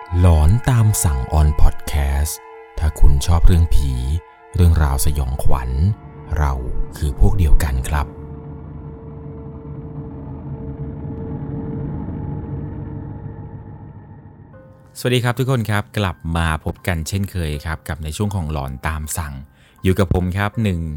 หลอนตามสั่งออนพอดแคสต์ถ้าคุณชอบเรื่องผีเรื่องราวสยองขวัญเราคือพวกเดียวกันครับสวัสดีครับทุกคนครับกลับมาพบกันเช่นเคยครับกับในช่วงของหลอนตามสั่งอยู่กับผมครับ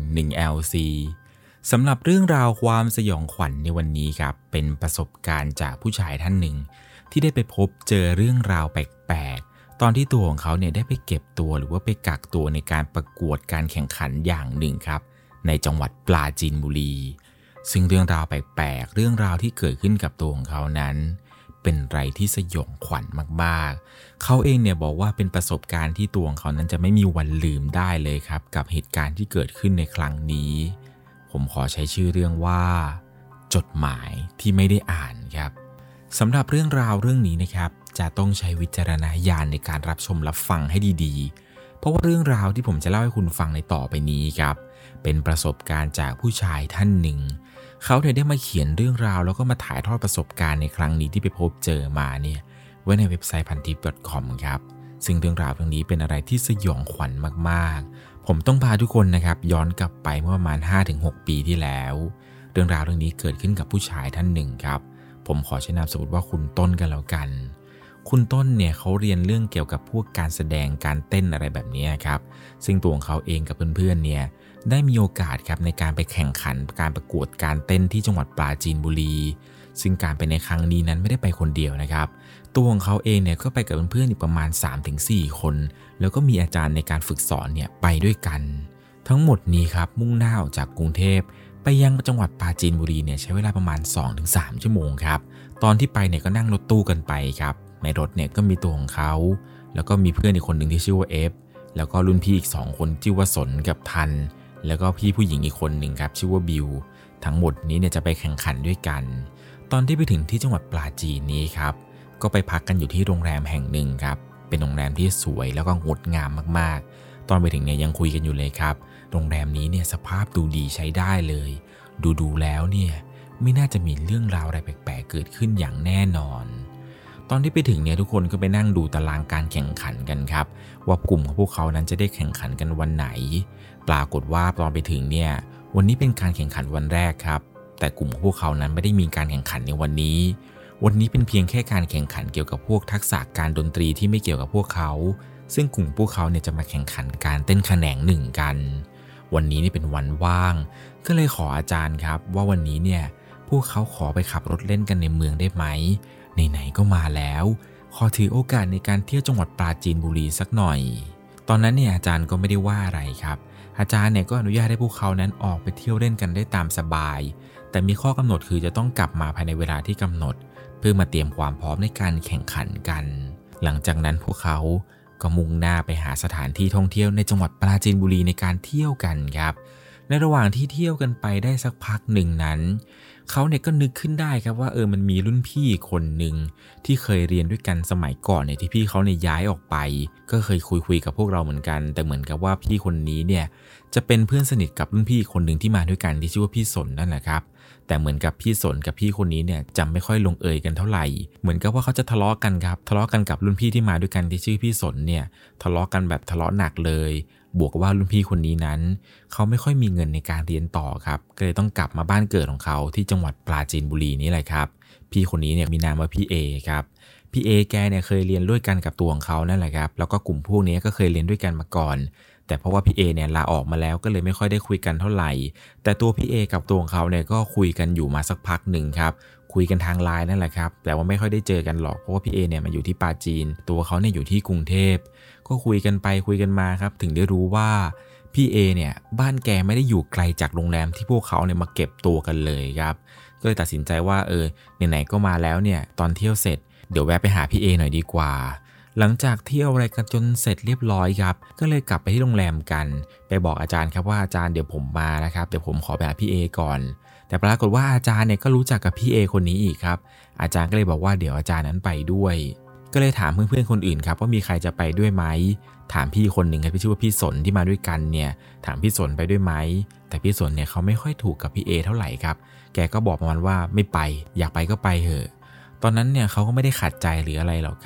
11LC สำหรับเรื่องราวความสยองขวัญในวันนี้ครับเป็นประสบการณ์จากผู้ชายท่านหนึ่งที่ได้ไปพบเจอเรื่องราวแปลกๆตอนที่ตัวของเขาเนี่ยได้ไปเก็บตัวหรือว่าไปกักตัวในการประกวดการแข่งขันอย่างหนึ่งครับในจังหวัดปราจีนบุรีซึ่งเรื่องราวแปลกๆเรื่องราวที่เกิดขึ้นกับตัวของเขานั้นเป็นอะไรที่สยองขวัญมากๆเขาเองเนี่ยบอกว่าเป็นประสบการณ์ที่ตัวของเขานั้นจะไม่มีวันลืมได้เลยครับกับเหตุการณ์ที่เกิดขึ้นในครั้งนี้ผมขอใช้ชื่อเรื่องว่าจดหมายที่ไม่ได้อ่านครับสำหรับเรื่องราวเรื่องนี้นะครับจะต้องใช้วิจารณญาณในการรับชมรับฟังให้ดีๆเพราะว่าเรื่องราวที่ผมจะเล่าให้คุณฟังในต่อไปนี้ครับเป็นประสบการณ์จากผู้ชายท่านหนึ่งเขาได้มาเขียนเรื่องราวแล้วก็มาถ่ายทอดประสบการณ์ในครั้งนี้ที่ไปพบเจอมาเนี่ยไว้ในเว็บไซต์พันทิป .com ครับซึ่งเรื่องราวเรื่องนี้เป็นอะไรที่สยองขวัญมากๆผมต้องพาทุกคนนะครับย้อนกลับไปเมื่อประมาณ 5-6 ปีที่แล้วเรื่องราวเรื่องนี้เกิดขึ้นกับผู้ชายท่านหนึ่งครับผมขอใช้นามสมมุติว่าคุณต้นกันแล้วกันคุณต้นเนี่ยเขาเรียนเรื่องเกี่ยวกับพวกการแสดงการเต้นอะไรแบบนี้ครับซึ่งตัวของเขาเองกับเพื่อนๆเนี่ยได้มีโอกาสครับในการไปแข่งขันการประกวดการเต้นที่จังหวัดปราจีนบุรีซึ่งการไปในครั้งนี้นั้นไม่ได้ไปคนเดียวนะครับตัวของเขาเองเนี่ยก็ไปกับเพื่อนๆอีกประมาณ 3-4 คนแล้วก็มีอาจารย์ในการฝึกสอนเนี่ยไปด้วยกันทั้งหมดนี้ครับมุ่งหน้าออกจากกรุงเทพไปยังจังหวัดปราจีนบุรีเนี่ยใช้เวลาประมาณ 2-3 ชั่วโมงครับตอนที่ไปเนี่ยก็นั่งรถตู้กันไปครับในรถเนี่ยก็มีตัวของเขาแล้วก็มีเพื่อนอีกคนหนึ่งที่ชื่อว่าเอฟแล้วก็รุ่นพี่อีก2คนชื่อว่าสนกับทันแล้วก็พี่ผู้หญิงอีกคนหนึ่งครับชื่อว่าบิวทั้งหมดนี้เนี่ยจะไปแข่งขันด้วยกันตอนที่ไปถึงที่จังหวัดปราจีนนี้ครับก็ไปพักกันอยู่ที่โรงแรมแห่งหนึ่งครับเป็นโรงแรมที่สวยแล้วก็งดงามมากๆตอนไปถึงเนี่ยยังคุยกันอยู่เลยครับโรงแรมนี้เนี่ยสภาพดูดีใช้ได้เลยดูแล้วเนี่ยไม่น่าจะมีเรื่องราวอะไรแปลกๆเกิดขึ้นอย่างแน่นอนตอนที่ไปถึงเนี่ยทุกคนก็ไปนั่งดูตารางการแข่งขันกันครับว่ากลุ่มของพวกเขานั้นจะได้แข่งขันกันวันไหนปรากฏว่าตอนไปถึงเนี่ยวันนี้เป็นการแข่งขันวันแรกครับแต่กลุ่มของพวกเขานั้นไม่ได้มีการแข่งขันในวันนี้เป็นเพียงแค่การแข่งขันเกี่ยวกับพวกทักษะการดนตรีที่ไม่เกี่ยวกับพวกเขาซึ่งกลุ่มพวกเขาเนี่ยจะมาแข่งขันการเต้นแขนงหนึ่งกันวันนี้นี่เป็นวันว่างก็เลยขออาจารย์ครับว่าวันนี้เนี่ยพวกเขาขอไปขับรถเล่นกันในเมืองได้ไหมไหนๆก็มาแล้วขอถือโอกาสในการเที่ยวจังหวัดปราจีนบุรีสักหน่อยตอนนั้นเนี่ยอาจารย์ก็ไม่ได้ว่าอะไรครับอาจารย์เนี่ยก็อนุญาตให้พวกเขานั้นออกไปเที่ยวเล่นกันได้ตามสบายแต่มีข้อกำหนดคือจะต้องกลับมาภายในเวลาที่กำหนดเพื่อมาเตรียมความพร้อมในการแข่งขันกันหลังจากนั้นพวกเขาก็มุ่งหน้าไปหาสถานที่ท่องเที่ยวในจังหวัดปราจีนบุรีในการเที่ยวกันครับในระหว่างที่เที่ยวกันไปได้สักพักหนึ่งนั้นเขาเนี่ยก็นึกขึ้นได้ครับว่ามันมีรุ่นพี่คนหนึ่งที่เคยเรียนด้วยกันสมัยก่อนเนี่ยที่พี่เขาเนี่ยย้ายออกไปก็เคยคุยกับพวกเราเหมือนกันแต่เหมือนกับว่าพี่คนนี้เนี่ยจะเป็นเพื่อนสนิทกับรุ่นพี่คนหนึ่งที่มาด้วยกันที่ชื่อว่าพี่สนนั่นแหละครับแต่เหมือนกับพี่สนกับพี่คนนี้เนี่ยจำไม่ค่อยลงเอยกันเท่าไหร่เหมือนกับว่าเขาจะทะเลาะกันครับทะเลาะกันกับรุ่นพี่ที่มาด้วยกันที่ชื่อพี่สนเนี่ยทะเลาะกันแบบทะเลาะหนักเลยบวกกับว่ารุ่นพี่คนนี้นั้นเขาไม่ค่อยมีเงินในการเรียนต่อครับก็เลยต้องกลับมาบ้านเกิดของเขาที่จังหวัดปราจีนบุรีนี่แหละครับพี่คนนี้เนี่ยมีนามว่าพี่เอครับพี่เอแกเนี่ยเคยเรียนด้วยกันกับตัวของเขานั่นแหละครับแล้วก็กลุ่มพวกนี้ก็เคยเรียนด้วยกันมาก่อนแต่เพราะว่าพี่เอเนี่ยลาออกมาแล้วก็เลยไม่ค่อยได้คุยกันเท่าไหร่แต่ตัวพี่เอกับตัวของเขาเนี่ยก็คุยกันอยู่มาสักพักหนึ่งครับคุยกันทางไลน์นั่นแหละครับแต่ว่าไม่ค่อยได้เจอกันหรอกเพราะว่าพี่เอเนี่ยมาอยู่ที่ปราจีนตัวเขาเนี่ยอยู่ที่กรุงเทพก็คุยกันไปคุยกันมาครับถึงได้รู้ว่าพี่เอเนี่ยบ้านแกไม่ได้อยู่ไกลจากโรงแรมที่พวกเขาเนี่ยมาเก็บตัวกันเลยครับก็เลยตัดสินใจว่าไหนๆก็มาแล้วเนี่ยตอนเที่ยวเสร็จเดี๋ยวแวะไปหาพี่เอหน่อยดีกว่าหลังจากเที่ยวอะไรกันจนเสร็จเรียบร้อยครับก็เลยกลับไปที่โรงแรมกันไปบอกอาจารย์ครับว่าอาจารย์เดี๋ยวผมมานะครับเดี๋ยวผมขอไปหาพี่เอก่อนแต่ปรากฏว่าอาจารย์เนี่ยก็รู้จักกับพี่เอคนนี้อีกครับอาจารย์ก็เลยบอกว่าเดี๋ยวอาจารย์นั้นไปด้วยก็เลยถามเพื่อนๆคนอื่นครับว่ามีใครจะไปด้วยไหมถามพี่คนหนึ่งครับที่ชื่อว่าพี่สนที่มาด้วยกันเนี่ยถามพี่สนไปด้วยไหมแต่พี่สนเนี่ยเขาไม่ค่อยถูกกับพี่เอเท่าไหร่ครับแกก็บอกประมาณว่าไม่ไปอยากไปก็ไปเถอะตอนนั้นเนี่ยเขาก็ไม่ได้ขัดใจหรืออะไรหรอกครับ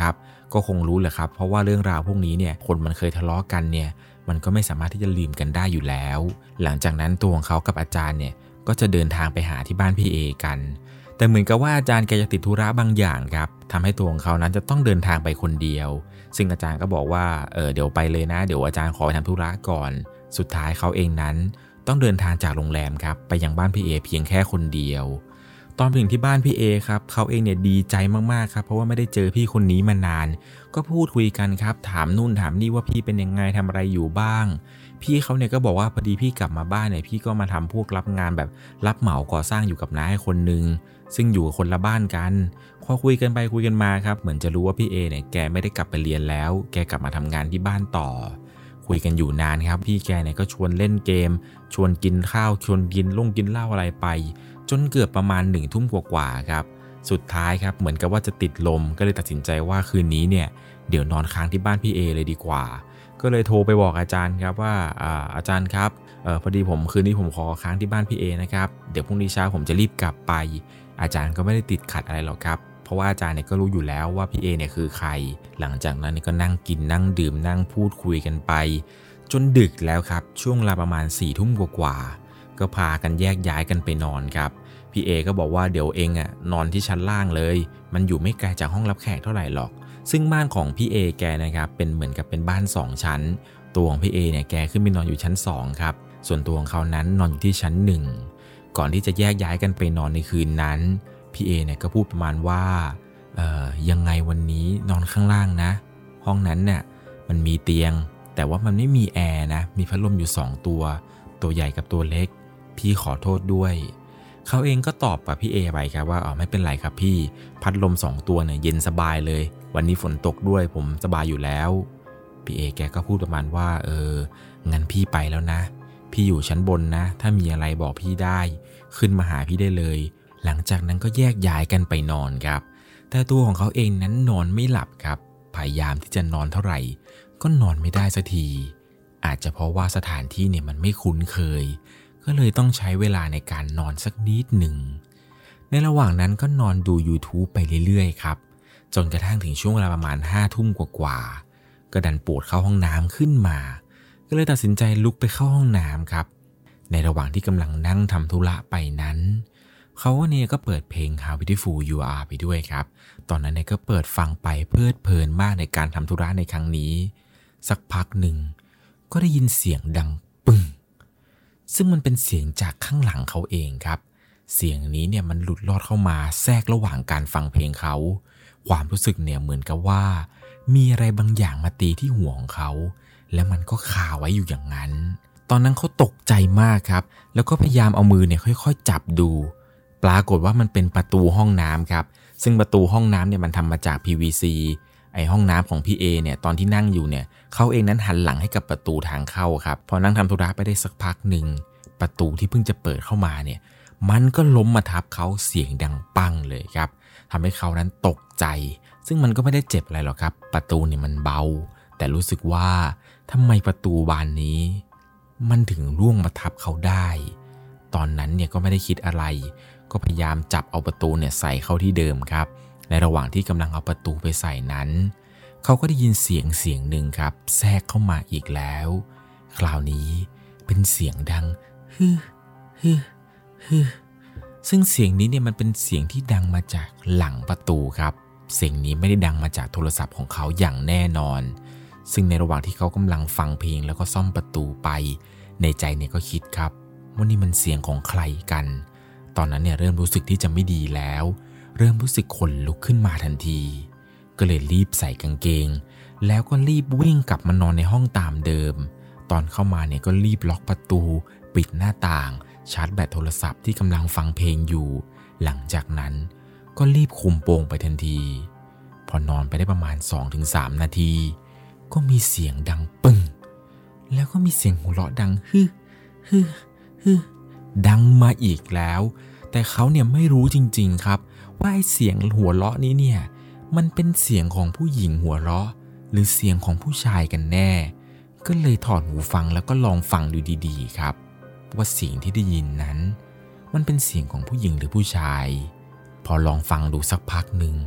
ก็คงรู้แหละครับเพราะว่าเรื่องราวพวกนี้เนี่ยคนมันเคยทะเลาะกันเนี่ยมันก็ไม่สามารถที่จะลืมกันได้อยู่แล้วหลังจากนั้นตัวของเขากับอาจารย์เนี่ยก็จะเดินทางไปหาที่บ้านพี่เอกันแต่เหมือนกับว่าอาจารย์แกจะติดธุระบางอย่างครับทำให้ตัวของเขานั้นจะต้องเดินทางไปคนเดียวซึ่งอาจารย์ก็บอกว่าเดี๋ยวไปเลยนะเดี๋ยวอาจารย์ขอไปทำธุระก่อนสุดท้ายเขาเองนั้นต้องเดินทางจากโรงแรมครับไปยังบ้านพี่เอเพียงแค่คนเดียวตอนไปถึงที่บ้านพี่เอครับเขาเองเนี่ยดีใจมากๆครับเพราะว่าไม่ได้เจอพี่คนนี้มานานก็พูดคุยกันครับถามนู่นถามนี่ว่าพี่เป็นยังไงทำอะไรอยู่บ้างพี่เขาเนี่ยก็บอกว่าพอดีพี่กลับมาบ้านเนี่ยพี่ก็มาทำพวกรับงานแบบรับเหมาก่อสร้างอยู่กับน้าคนนึงซึ่งอยู่คนละบ้านกันพอคุยกันไปคุยกันมาครับเหมือนจะรู้ว่าพี่เอเนี่ยแกไม่ได้กลับไปเรียนแล้วแกกลับมาทำงานที่บ้านต่อคุยกันอยู่นานครับพี่แกเนี่ยก็ชวนเล่นเกมชวนกินข้าวชวนกินเหล้าอะไรไปจนเกือบประมาณ1 ทุ่มกว่าๆครับสุดท้ายครับเหมือนกับว่าจะติดลมก็เลยตัดสินใจว่าคืนนี้เนี่ยเดี๋ยวนอนค้างที่บ้านพี่เอเลยดีกว่าก็เลยโทรไปบอกอาจารย์ครับว่าอาจารย์ครับพอดีผมคืนนี้ผมขอค้างที่บ้านพี่เอนะครับเดี๋ยวพรุ่งนี้เช้าผมจะรีบกลับไปอาจารย์ก็ไม่ได้ติดขัดอะไรหรอกครับเพราะว่าอาจารย์เนี่ยก็รู้อยู่แล้วว่าพี่เอเนี่ยคือใครหลังจากนั้นก็นั่งกินนั่งดื่มนั่งพูดคุยกันไปจนดึกแล้วครับช่วงเวลาประมาณ4 ทุ่มกว่าก็พากันแยกย้ายกันไปนอนครับพี่เอก็บอกว่าเดี๋ยวเองนอนที่ชั้นล่างเลยมันอยู่ไม่ไกลจากห้องรับแขกเท่าไหร่หรอกซึ่งบ้านของพี่เอแกนะครับเป็นเหมือนกับเป็นบ้าน2 ชั้นตัวของพี่เอเนี่ยแกขึ้นไปนอนอยู่ชั้น2ครับส่วนตัวของเขานั้นนอนอยู่ที่ชั้น1ก่อนที่จะแยกย้ายกันไปนอนในคืนนั้นพี่เอเนี่ยก็พูดประมาณว่ายังไงวันนี้นอนข้างล่างนะห้องนั้นเนี่ยมันมีเตียงแต่ว่ามันไม่มีแอร์นะมีพัดลมอยู่2 ตัวใหญ่กับตัวเล็กพี่ขอโทษด้วยเขาเองก็ตอบกับพี่เอไปครับว่าไม่เป็นไรครับพี่พัดลม2 ตัวเนี่ยเย็นสบายเลยวันนี้ฝนตกด้วยผมสบายอยู่แล้วพี่เอแกก็พูดประมาณว่างั้นพี่ไปแล้วนะพี่อยู่ชั้นบนนะถ้ามีอะไรบอกพี่ได้ขึ้นมาหาพี่ได้เลยหลังจากนั้นก็แยกย้ายกันไปนอนครับแต่ตัวของเขาเองนั้นนอนไม่หลับครับพยายามที่จะนอนเท่าไหร่ก็นอนไม่ได้สักทีอาจจะเพราะว่าสถานที่เนี่ยมันไม่คุ้นเคยก็เลยต้องใช้เวลาในการนอนสักนิดหนึ่งในระหว่างนั้นก็นอนดู YouTube ไปเรื่อยๆครับจนกระทั่งถึงช่วงเวลาประมาณ5 ทุ่มกว่าๆก็ดันปวดเข้าห้องน้ำขึ้นมาก็เลยตัดสินใจลุกไปเข้าห้องน้ำครับในระหว่างที่กำลังนั่งทำธุระไปนั้นเขาเนี่ยก็เปิดเพลง How Beautiful You Are ไปด้วยครับตอนนั้นเนี่ยก็เปิดฟังไปเพลิดเพลินมากในการทำธุระในครั้งนี้สักพักหนึ่งก็ได้ยินเสียงดังปึ้งซึ่งมันเป็นเสียงจากข้างหลังเขาเองครับเสียงนี้เนี่ยมันหลุดลอดเข้ามาแทรกระหว่างการฟังเพลงเขาความรู้สึกเนี่ยเหมือนกับว่ามีอะไรบางอย่างมาตีที่หัวของเขาและมันก็คาไว้อยู่อย่างนั้นตอนนั้นเขาตกใจมากครับแล้วก็พยายามเอามือเนี่ยค่อยๆจับดูปรากฏว่ามันเป็นประตูห้องน้ำครับซึ่งประตูห้องน้ำเนี่ยมันทำมาจาก PVC ห้องน้ำของพี่เอเนี่ยตอนที่นั่งอยู่เนี่ยเขาเองนั้นหันหลังให้กับประตูทางเข้าครับพอนั่งทำธุระไปได้สักพักหนึ่งประตูที่เพิ่งจะเปิดเข้ามาเนี่ยมันก็ล้มมาทับเขาเสียงดังปังเลยครับทำให้เขานั้นตกใจซึ่งมันก็ไม่ได้เจ็บอะไรหรอกครับประตูเนี่ยมันเบาแต่รู้สึกว่าทำไมประตูบานนี้มันถึงร่วงมาทับเขาได้ตอนนั้นเนี่ยก็ไม่ได้คิดอะไรก็พยายามจับเอาประตูเนี่ยใส่เข้าที่เดิมครับในระหว่างที่กำลังเอาประตูไปใส่นั้นเขาก็ได้ยินเสียงหนึ่งครับแทรกเข้ามาอีกแล้วคราวนี้เป็นเสียงดังฮึฮึฮึซึ่งเสียงนี้เนี่ยมันเป็นเสียงที่ดังมาจากหลังประตูครับเสียงนี้ไม่ได้ดังมาจากโทรศัพท์ของเขาอย่างแน่นอนซึ่งในระหว่างที่เขากำลังฟังเพลงแล้วก็ซ่อมประตูไปในใจเนี่ยก็คิดครับว่านี่มันเสียงของใครกันตอนนั้นเนี่ยเริ่มรู้สึกที่จะไม่ดีแล้วเริ่มรู้สึกขนลุกขึ้นมาทันทีก็เลยรีบใส่กางเกงแล้วก็รีบวิ่งกลับมานอนในห้องตามเดิมตอนเข้ามาเนี่ยก็รีบล็อกประตูปิดหน้าต่างชาร์จแบตโทรศัพท์ที่กำลังฟังเพลงอยู่หลังจากนั้นก็รีบคุมโปงไปทันทีพอนอนไปได้ประมาณ 2-3 นาทีก็มีเสียงดังปึ้งแล้วก็มีเสียงหัวเราะดังฮึฮึฮึดังมาอีกแล้วแต่เขาเนี่ยไม่รู้จริงๆครับว่าไอ้เสียงหัวเราะนี้เนี่ยมันเป็นเสียงของผู้หญิงหัวเราะหรือเสียงของผู้ชายกันแน่ก็เลยถอดหูฟังแล้วก็ลองฟังดูดีๆครับว่าเสียงที่ได้ยินนั้นมันเป็นเสียงของผู้หญิงหรือผู้ชายพอลองฟังดูสักพักหนึ่งป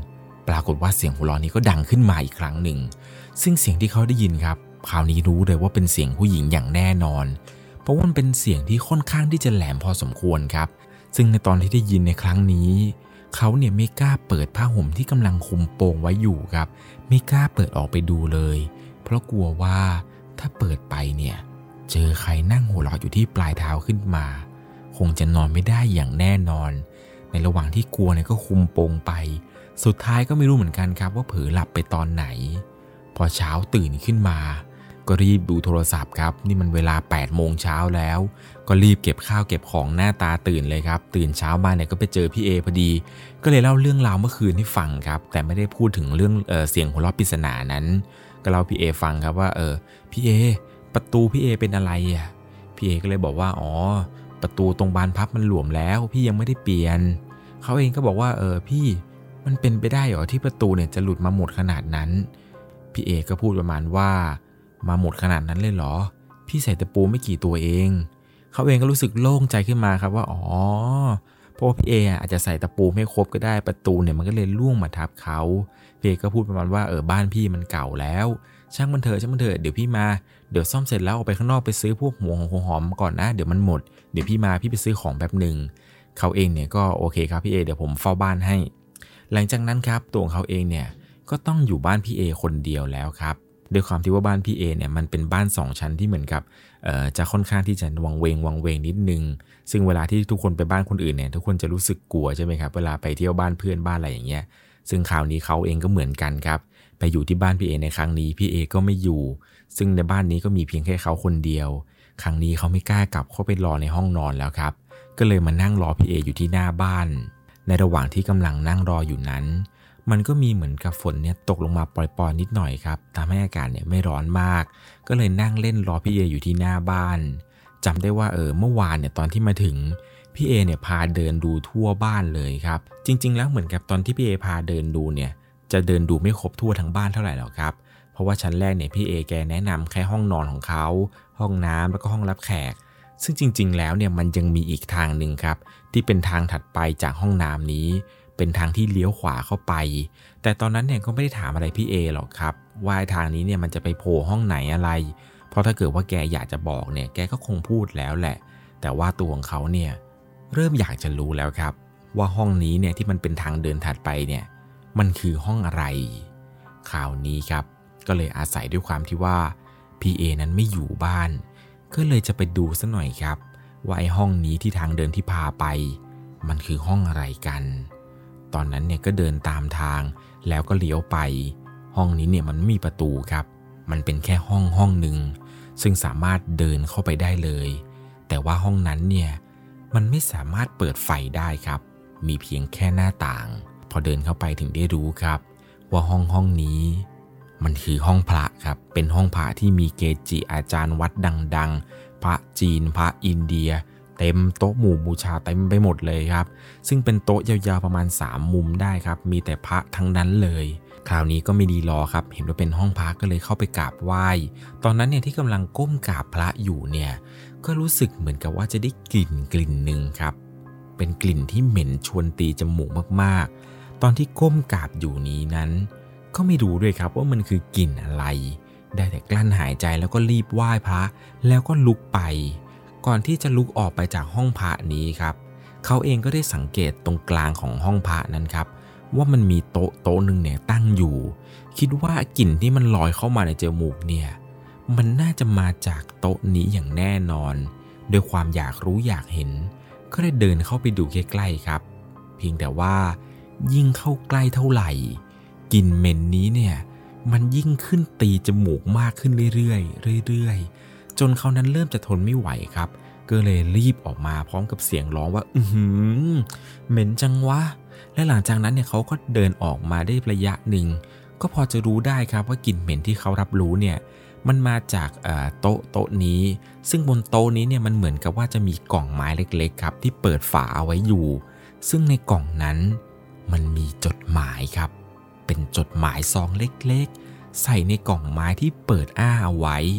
ปรากฏว่าเสียงหัวเราะนี้ก็ดังขึ้นมาอีกครั้งหนึ่งซึ่งเสียงที่เขาได้ยินครับคราวนี้รู้เลยว่าเป็นเสียงผู้หญิงอย่างแน่นอนเพราะว่ามันเป็นเสียงที่ค่อนข้างที่จะแหลมพอสมควรครับซึ่งในตอนที่ได้ยินในครั้งนี้เขาเนี่ยไม่กล้าเปิดผ้าห่มที่กำลังคลุมโปงไว้อยู่ครับไม่กล้าเปิดออกไปดูเลยเพราะกลัวว่าถ้าเปิดไปเนี่ยเจอใครนั่งหัวเราะอยู่ที่ปลายเท้าขึ้นมาคงจะนอนไม่ได้อย่างแน่นอนในระหว่างที่กลัวเนี่ยก็คลุมโปงไปสุดท้ายก็ไม่รู้เหมือนกันครับว่าเผลอหลับไปตอนไหนพอเช้าตื่นขึ้นมาก็รีบดูโทรศัพท์ครับนี่มันเวลา8 โมงเช้าแล้วก็รีบเก็บข้าวเก็บของหน้าตาตื่นเลยครับตื่นเช้ามาเนี่ยก็ไปเจอพี่เอพอดีก็เลยเล่าเรื่องราวเมื่อคืนให้ฟังครับแต่ไม่ได้พูดถึงเรื่องเสียงหัวเราะปริศนานั้นก็เล่าพี่เอฟังครับว่าพี่เอประตูพี่เอเป็นอะไรอ่ะพี่เอก็เลยบอกว่าอ๋อประตูตรงบานพับมันหลวมแล้วพี่ยังไม่ได้เปลี่ยนเขาเองก็บอกว่าพี่มันเป็นไปได้เหรอที่ประตูเนี่ยจะหลุดมาหมดขนาดนั้นพี่เอก็พูดประมาณว่ามาหมดขนาดนั้นเลยเหรอพี่ใส่ตะปูไม่กี่ตัวเองเขาเองก็รู้สึกโล่งใจขึ้นมาครับว่าอ๋อเพราะว่าพี่เออาจจะใส่ตะปูไม่ครบก็ได้ประตูเนี่ยมันก็เลยล่วงมาทับเขาพี่เอก็พูดประมาณว่าบ้านพี่มันเก่าแล้วช่างมันเถอะเดี๋ยวพี่มาเดี๋ยวซ่อมเสร็จแล้วออกไปข้างนอกไปซื้อพวกหัวหอมก่อนนะเดี๋ยวมันหมดเดี๋ยวพี่มาพี่ไปซื้อของแป๊บหนึ่งเขาเองเนี่ยก็โอเคครับพี่เอเดี๋ยวผมเฝ้าบ้านให้หลังจากนั้นครับตัวของเขาเองเนี่ยก็ต้องอยู่บ้านพี่เอคนเดียวแล้วครับด้วยความที่ว่าบ้านพี่เอเนี่ยมันเป็นบ้าน2 ชั้นที่เหมือนกับจะค่อนข้างที่จะวังเวงนิดนึงซึ่งเวลาที่ทุกคนไปบ้านคนอื่นเนี่ยทุกคนจะรู้สึกกลัวใช่ไหมครับเวลาไปเที่ยวบ้านเพื่อนบ้านอะไรอย่างเงี้ยซึ่งคราวนี้เขาเองก็เหมือนกันครับไปอยู่ที่บ้านพี่เอในครั้งนี้พี่เอก็ไม่อยู่ซึ่งในบ้านนี้ก็มีเพียงแค่เขาคนเดียวครั้งนี้เขาไม่กล้ากลับเข้าไปรอในห้องนอนแล้วครับก็เลยมานั่งรอพี่เออยู่ที่หน้าบ้านในระหว่างที่กำลังนั่งรออยู่นั้นมันก็มีเหมือนกับฝนเนี่ยตกลงมาปล่อยๆนิดหน่อยครับทำให้อากาศเนี่ยไม่ร้อนมากก็เลยนั่งเล่นรอพี่เออยู่ที่หน้าบ้านจำได้ว่าเมื่อวานเนี่ยตอนที่มาถึงพี่เอเนี่ยพาเดินดูทั่วบ้านเลยครับจริงๆแล้วเหมือนกับตอนที่พี่เอพาเดินดูเนี่ยจะเดินดูไม่ครบทั่วทั้งบ้านเท่าไหร่หรอกครับเพราะว่าชั้นแรกเนี่ยพี่เอแกแนะนำแค่ห้องนอนของเขาห้องน้ำแล้วก็ห้องรับแขกซึ่งจริงๆแล้วเนี่ยมันยังมีอีกทางหนึ่งครับที่เป็นทางถัดไปจากห้องน้ำนี้เป็นทางที่เลี้ยวขวาเข้าไปแต่ตอนนั้นเนี่ยก็ไม่ได้ถามอะไรพี่เอหรอกครับว่าทางนี้เนี่ยมันจะไปโผล่ห้องไหนอะไรเพราะถ้าเกิดว่าแกอยากจะบอกเนี่ยแกก็คงพูดแล้วแหละแต่ว่าตัวของเขาเนี่ยเริ่มอยากจะรู้แล้วครับว่าห้องนี้เนี่ยที่มันเป็นทางเดินถัดไปเนี่ยมันคือห้องอะไรคราวนี้ครับก็เลยอาศัยด้วยความที่ว่าพี่เอนั้นไม่อยู่บ้านก็เลยจะไปดูซะหน่อยครับว่าไอ้ห้องนี้ที่ทางเดินที่พาไปมันคือห้องอะไรกันตอนนั้นเนี่ยก็เดินตามทางแล้วก็เลี้ยวไปห้องนี้เนี่ยมันไม่มีประตูครับมันเป็นแค่ห้องหนึ่งซึ่งสามารถเดินเข้าไปได้เลยแต่ว่าห้องนั้นเนี่ยมันไม่สามารถเปิดไฟได้ครับมีเพียงแค่หน้าต่างพอเดินเข้าไปถึงได้รู้ครับว่าห้องนี้มันคือห้องพระครับเป็นห้องพระที่มีเกจิอาจารย์วัดดังๆพระจีนพระอินเดียเต็มโต๊ะหมู่บูชาเต็มไปหมดเลยครับซึ่งเป็นโต๊ะยาวๆประมาณ3 มุมได้ครับมีแต่พระทั้งนั้นเลยคราวนี้ก็ไม่ดีรอครับเห็นว่าเป็นห้องพระก็เลยเข้าไปกราบไหว้ตอนนั้นเนี่ยที่กำลังก้มกราบพระอยู่เนี่ยก็รู้สึกเหมือนกับว่าจะได้กลิ่นหนึ่งครับเป็นกลิ่นที่เหม็นชวนตีจมูกมากๆตอนที่ก้มกราบอยู่นี้นั้นก็ไม่รู้ด้วยครับว่ามันคือกลิ่นอะไรได้แต่กลั้นหายใจแล้วก็รีบไหว้พระแล้วก็ลุกไปก่อนที่จะลุกออกไปจากห้องพระนี้ครับเขาเองก็ได้สังเกตตรงกลางของห้องพระนั้นครับว่ามันมีโต๊ะหนึ่งเนี่ยตั้งอยู่คิดว่ากลิ่นที่มันลอยเข้ามาในจมูกเนี่ยมันน่าจะมาจากโต๊ะนี้อย่างแน่นอนด้วยความอยากรู้อยากเห็นก็ได้เดินเข้าไปดูใกล้ๆครับเพียงแต่ว่ายิ่งเข้าใกล้เท่าไหร่กลิ่นเหม็นนี้เนี่ยมันยิ่งขึ้นตีจมูกมากขึ้นเรื่อยๆจนเขานั้นเริ่มจะทนไม่ไหวครับก็เลยรีบออกมาพร้อมกับเสียงร้องว่าเหม็นจังวะและหลังจากนั้นเนี่ยเขาก็เดินออกมาได้ระยะหนึ่งก็พอจะรู้ได้ครับว่ากลิ่นเหม็นที่เขารับรู้เนี่ยมันมาจากโต๊ะนี้ซึ่งบนโต๊ะนี้เนี่ยมันเหมือนกับว่าจะมีกล่องไม้เล็กๆครับที่เปิดฝาเอาไว้อยู่ซึ่งในกล่องนั้นมันมีจดหมายครับเป็นจดหมายซองเล็กๆใส่ในกล่องไม้ที่เปิดอ้าเอาไว้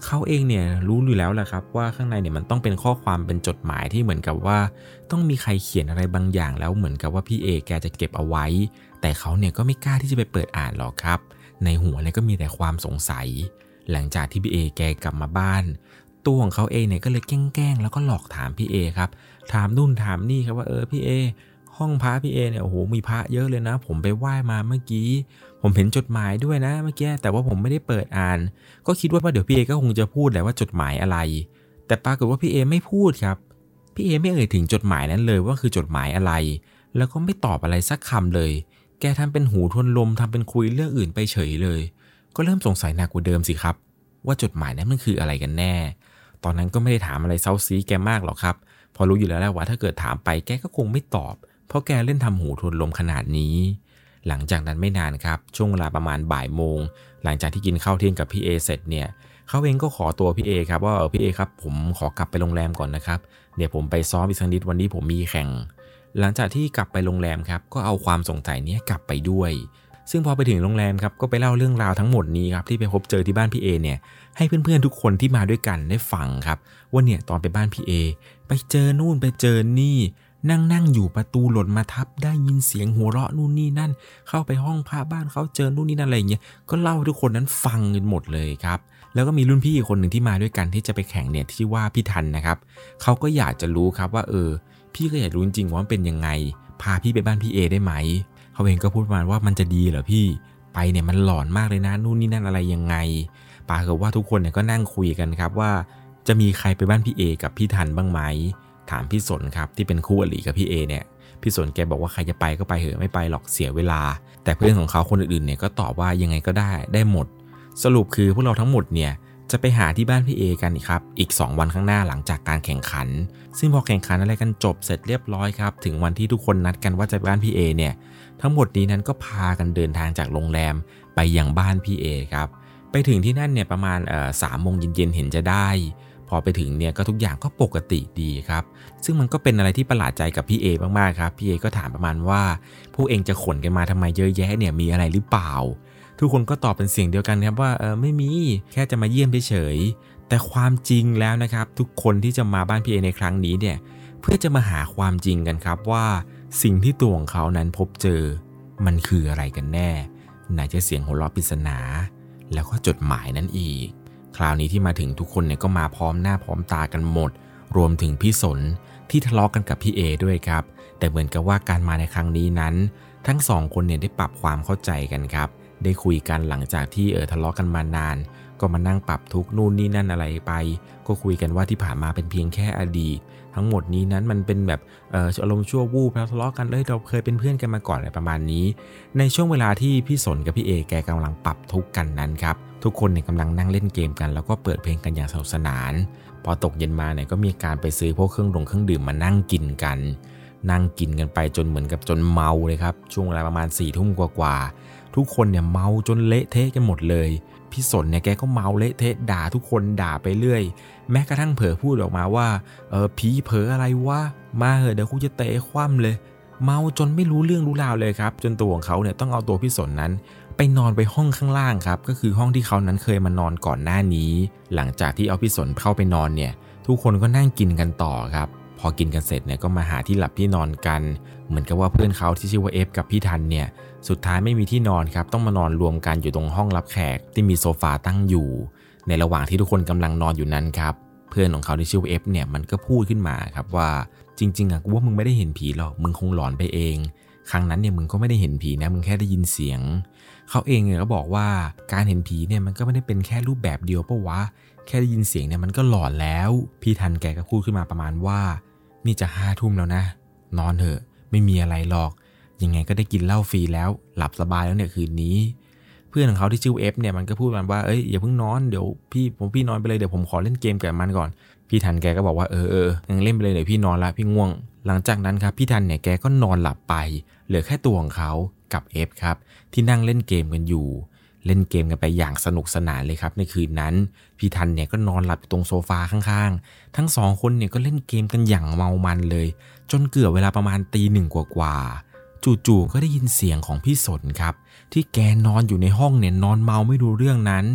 เขาเองเนี่ยรู้อยู่แล้วแหละครับว่าข้างในเนี่ยมันต้องเป็นข้อความเป็นจดหมายที่เหมือนกับว่าต้องมีใครเขียนอะไรบางอย่างแล้วเหมือนกับว่าพี่เอแกจะเก็บเอาไว้แต่เขาเนี่ยก็ไม่กล้าที่จะไปเปิดอ่านหรอกครับในหัวเนี่ยก็มีแต่ความสงสัยหลังจากที่พี่เอแกกลับมาบ้านตัวของเขาเองเนี่ยก็เลยแกล้งแล้วก็หลอกถามพี่เอครับถามนู่นถามนี่ครับว่าพี่เอห้องพระพี่เอเนี่ยโอ้โหมีพระเยอะเลยนะผมไปไหว้มาเมื่อกี้ผมเห็นจดหมายด้วยนะเมื่อกี้แต่ว่าผมไม่ได้เปิดอ่านก็คิดว่าเดี๋ยวพี่เอก็คงจะพูดแหละว่าจดหมายอะไรแต่ปรากฏว่าพี่เอไม่พูดครับพี่เอไม่เอ่ยถึงจดหมายนั้นเลยว่าคือจดหมายอะไรแล้วก็ไม่ตอบอะไรสักคำเลยแกทำเป็นหูทวนลมทำเป็นคุยเรื่องอื่นไปเฉยเลยก็เริ่มสงสัยหนักกว่าเดิมสิครับว่าจดหมายนั้นมันคืออะไรกันแน่ตอนนั้นก็ไม่ได้ถามอะไรเซาซีแกมากหรอกครับพอรู้อยู่แล้วแหละว่าถ้าเกิดถามไปแกก็คงไม่ตอบเพราะแกเล่นทำหูทวนลมขนาดนี้หลังจากนั้นไม่นานครับช่วงเวลาประมาณบ่ายโมงหลังจากที่กินข้าวเที่ยงกับพี่เอเสร็จเนี่ยเขาเองก็ขอตัวพี่เอครับว่าพี่เอครับผมขอกลับไปโรงแรมก่อนนะครับเดี๋ยวผมไปซ้อมอีกสักนิดวันนี้ผมมีแข่งหลังจากที่กลับไปโรงแรมครับก็เอาความสงสัยนี้กลับไปด้วยซึ่งพอไปถึงโรงแรมครับก็ไปเล่าเรื่องราวทั้งหมดนี้ครับที่ไปพบเจอที่บ้านพี่เอเนี่ยให้เพื่อนๆทุกคนที่มาด้วยกันได้ฟังครับว่าเนี่ยตอนไปบ้านพี่เอไปเจอนู่นไปเจอนี่นั่งอยู่ประตูหล่นมาทับได้ยินเสียงหัวเราะนู่นนี่นั่นเข้าไปห้องพระบ้านเขาเจอนู่นนี่นั่นอะไรอย่างเงี้ยก็เล่าให้ทุกคนนั้นฟังกันหมดเลยครับแล้วก็มีรุ่นพี่อีกคนหนึ่งที่มาด้วยกันที่จะไปแข่งเนี่ยที่ว่าพี่ทันนะครับเขาก็อยากจะรู้ครับว่าพี่ก็อยากรู้จริงๆว่ามันเป็นยังไงพาพี่ไปบ้านพี่เอได้ไหมเขาเองก็พูดมาว่ามันจะดีเหรอพี่ไปเนี่ยมันหลอนมากเลยนะนู่นนี่นั่นอะไรยังไงปรากฏว่าทุกคนเนี่ยก็นั่งคุยกันครับว่าจะมีใครไปบ้านพี่เอกับพี่ทันบ้างไหมถามพี่สนครับที่เป็นคู่อริกับพี่เอเนี่ยพี่สนแกบอกว่าใครจะไปก็ไปเถอะไม่ไปหรอกเสียเวลาแต่เพื่อนของเขาคนอื่นๆเนี่ยก็ตอบว่ายังไงก็ได้หมดสรุปคือพวกเราทั้งหมดเนี่ยจะไปหาที่บ้านพี่เอกันครับอีก2วันข้างหน้าหลังจากการแข่งขันซึ่งพอแข่งขันอะไรกันจบเสร็จเรียบร้อยครับถึงวันที่ทุกคนนัดกันว่าจะไปบ้านพี่เอเนี่ยทั้งหมดนี้นั้นก็พากันเดินทางจากโรงแรมไปยังบ้านพี่เอครับไปถึงที่นั่นเนี่ยประมาณ3 โมงเย็นเห็นจะได้พอไปถึงเนี่ยก็ทุกอย่างก็ปกติดีครับซึ่งมันก็เป็นอะไรที่ประหลาดใจกับพี่เอมากๆครับพี่เอก็ถามประมาณว่าพวกเองจะขนกันมาทำไมเยอะแยะเนี่ยมีอะไรหรือเปล่าทุกคนก็ตอบเป็นเสียงเดียวกันครับว่าไม่มีแค่จะมาเยี่ยมเฉยๆแต่ความจริงแล้วนะครับทุกคนที่จะมาบ้านพี่เอในครั้งนี้เนี่ยเพื่อจะมาหาความจริงกันครับว่าสิ่งที่ตัวของเขานั้นพบเจอมันคืออะไรกันแน่ไหนจะเสียงหัวเราะปริศนาแล้วก็จดหมายนั่นอีกคราวนี้ที่มาถึงทุกคนเนี่ยก็มาพร้อมหน้าพร้อมตากันหมดรวมถึงพี่สนที่ทะเลาะกันกับพี่เอด้วยครับแต่เหมือนกับว่าการมาในครั้งนี้นั้นทั้ง2 คนเนี่ยได้ปรับความเข้าใจกันครับได้คุยกันหลังจากที่ทะเลาะกันมานานก็มานั่งปรับทุกนู่นนี่นั่นอะไรไปก็คุยกันว่าที่ผ่านมาเป็นเพียงแค่อดีตทั้งหมดนี้นั้นมันเป็นแบบอารมณ์ชั่ววูบแล้วทะเลาะกันเราเคยเป็นเพื่อนกันมาก่อนอะไรประมาณนี้ในช่วงเวลาที่พี่สนกับพี่เอแกกำลังปรับทุกข์กันนั้นครับทุกคนเนี่ยกำลังนั่งเล่นเกมกันแล้วก็เปิดเพลงกันอย่างสนุกสนานพอตกเย็นมาเนี่ยก็มีการไปซื้อพวกเครื่องดื่มมานั่งกินกันไปจนเหมือนกับจนเมาเลยครับช่วงเวลาประมาณ4 ทุ่มกว่าทุกคนเนี่ยเมาจนเละเทะกันหมดเลยพี่สนเนี่ยแกก็เมาเละเทะด่าทุกคนด่าไปเรื่อยแม้กระทั่งเผลอพูดออกมาว่าผีเผลออะไรวะมาเหอะเดี๋ยวกูจะเตะคว่ำเลยเมาจนไม่รู้เรื่องรู้ราวเลยครับจนตัวของเขาเนี่ยต้องเอาตัวพี่สนนั้นไปนอนไปห้องข้างล่างครับก็คือห้องที่เขานั้นเคยมานอนก่อนหน้านี้หลังจากที่เอาพี่สนเข้าไปนอนเนี่ยทุกคนก็นั่งกินกันต่อครับพอกินกันเสร็จเนี่ยก็มาหาที่หลับที่นอนกันเหมือนกับว่าเพื่อนเขาที่ชื่อว่าเอฟกับพี่ทันเนี่ยสุดท้ายไม่มีที่นอนครับต้องมานอนรวมกันอยู่ตรงห้องรับแขกที่มีโซฟาตั้งอยู่ในระหว่างที่ทุกคนกำลังนอนอยู่นั้นครับเพื่อนของเขาที่ชื่อว่าเอฟเนี่ยมันก็พูดขึ้นมาครับว่าจริงๆกูว่ามึงไม่ได้เห็นผีหรอกมึงคงหลอนไปเองครั้งนั้นเนี่ยมึงก็ไม่ได้เห็นผีนะมึงแค่ได้ยินเสียงเขาเองเนี่ยก็บอกว่าการเห็นผีเนี่ยมันก็ไม่ได้เป็นแค่รูปแบบเดียวปะวะแค่ได้ยินเสียงเนี่ยมันก็หลอนแล้วพี่ทันแกก็พูดขึ้นมาประมาณว่านี่จะ5 ทุ่มแล้วนะนอนเถอะไม่มีอะไรหรอกยังไงก็ได้กินเหล้าฟรีแล้วหลับสบายแล้วเนี่ยคืนนี้เพื่อนของเขาที่ชื่อเอฟเนี่ยมันก็พูดมาว่าอย่าเพิ่งนอนเดี๋ยวพี่นอนไปเลยเดี๋ยวผมขอเล่นเกมกับมันก่อนพี่ทันแกก็บอกว่ายังเล่นไปเลยเดี๋ยวพี่นอนละพี่ง่วงหลังจากนั้นครับพี่ทันเนี่ยแกก็นอนหลับไปเหลือแค่ตัวของเขากับเอฟครับที่นั่งเล่นเกมกันอยู่เล่นเกมกันไปอย่างสนุกสนานเลยครับในคืนนั้นพี่ทันเนี่ยก็นอนหลับอยู่ตรงโซฟาข้างๆทั้ง2 คนเนี่ยก็เล่นเกมกันอย่างเมามันเลยจนเกือบเวลาประมาณตี 1กว่าจู่ๆก็ได้ยินเสียงของพี่สนครับที่แกนอนอยู่ในห้องเนี่ยนอนเมาไม่รู้เรื่องนั้น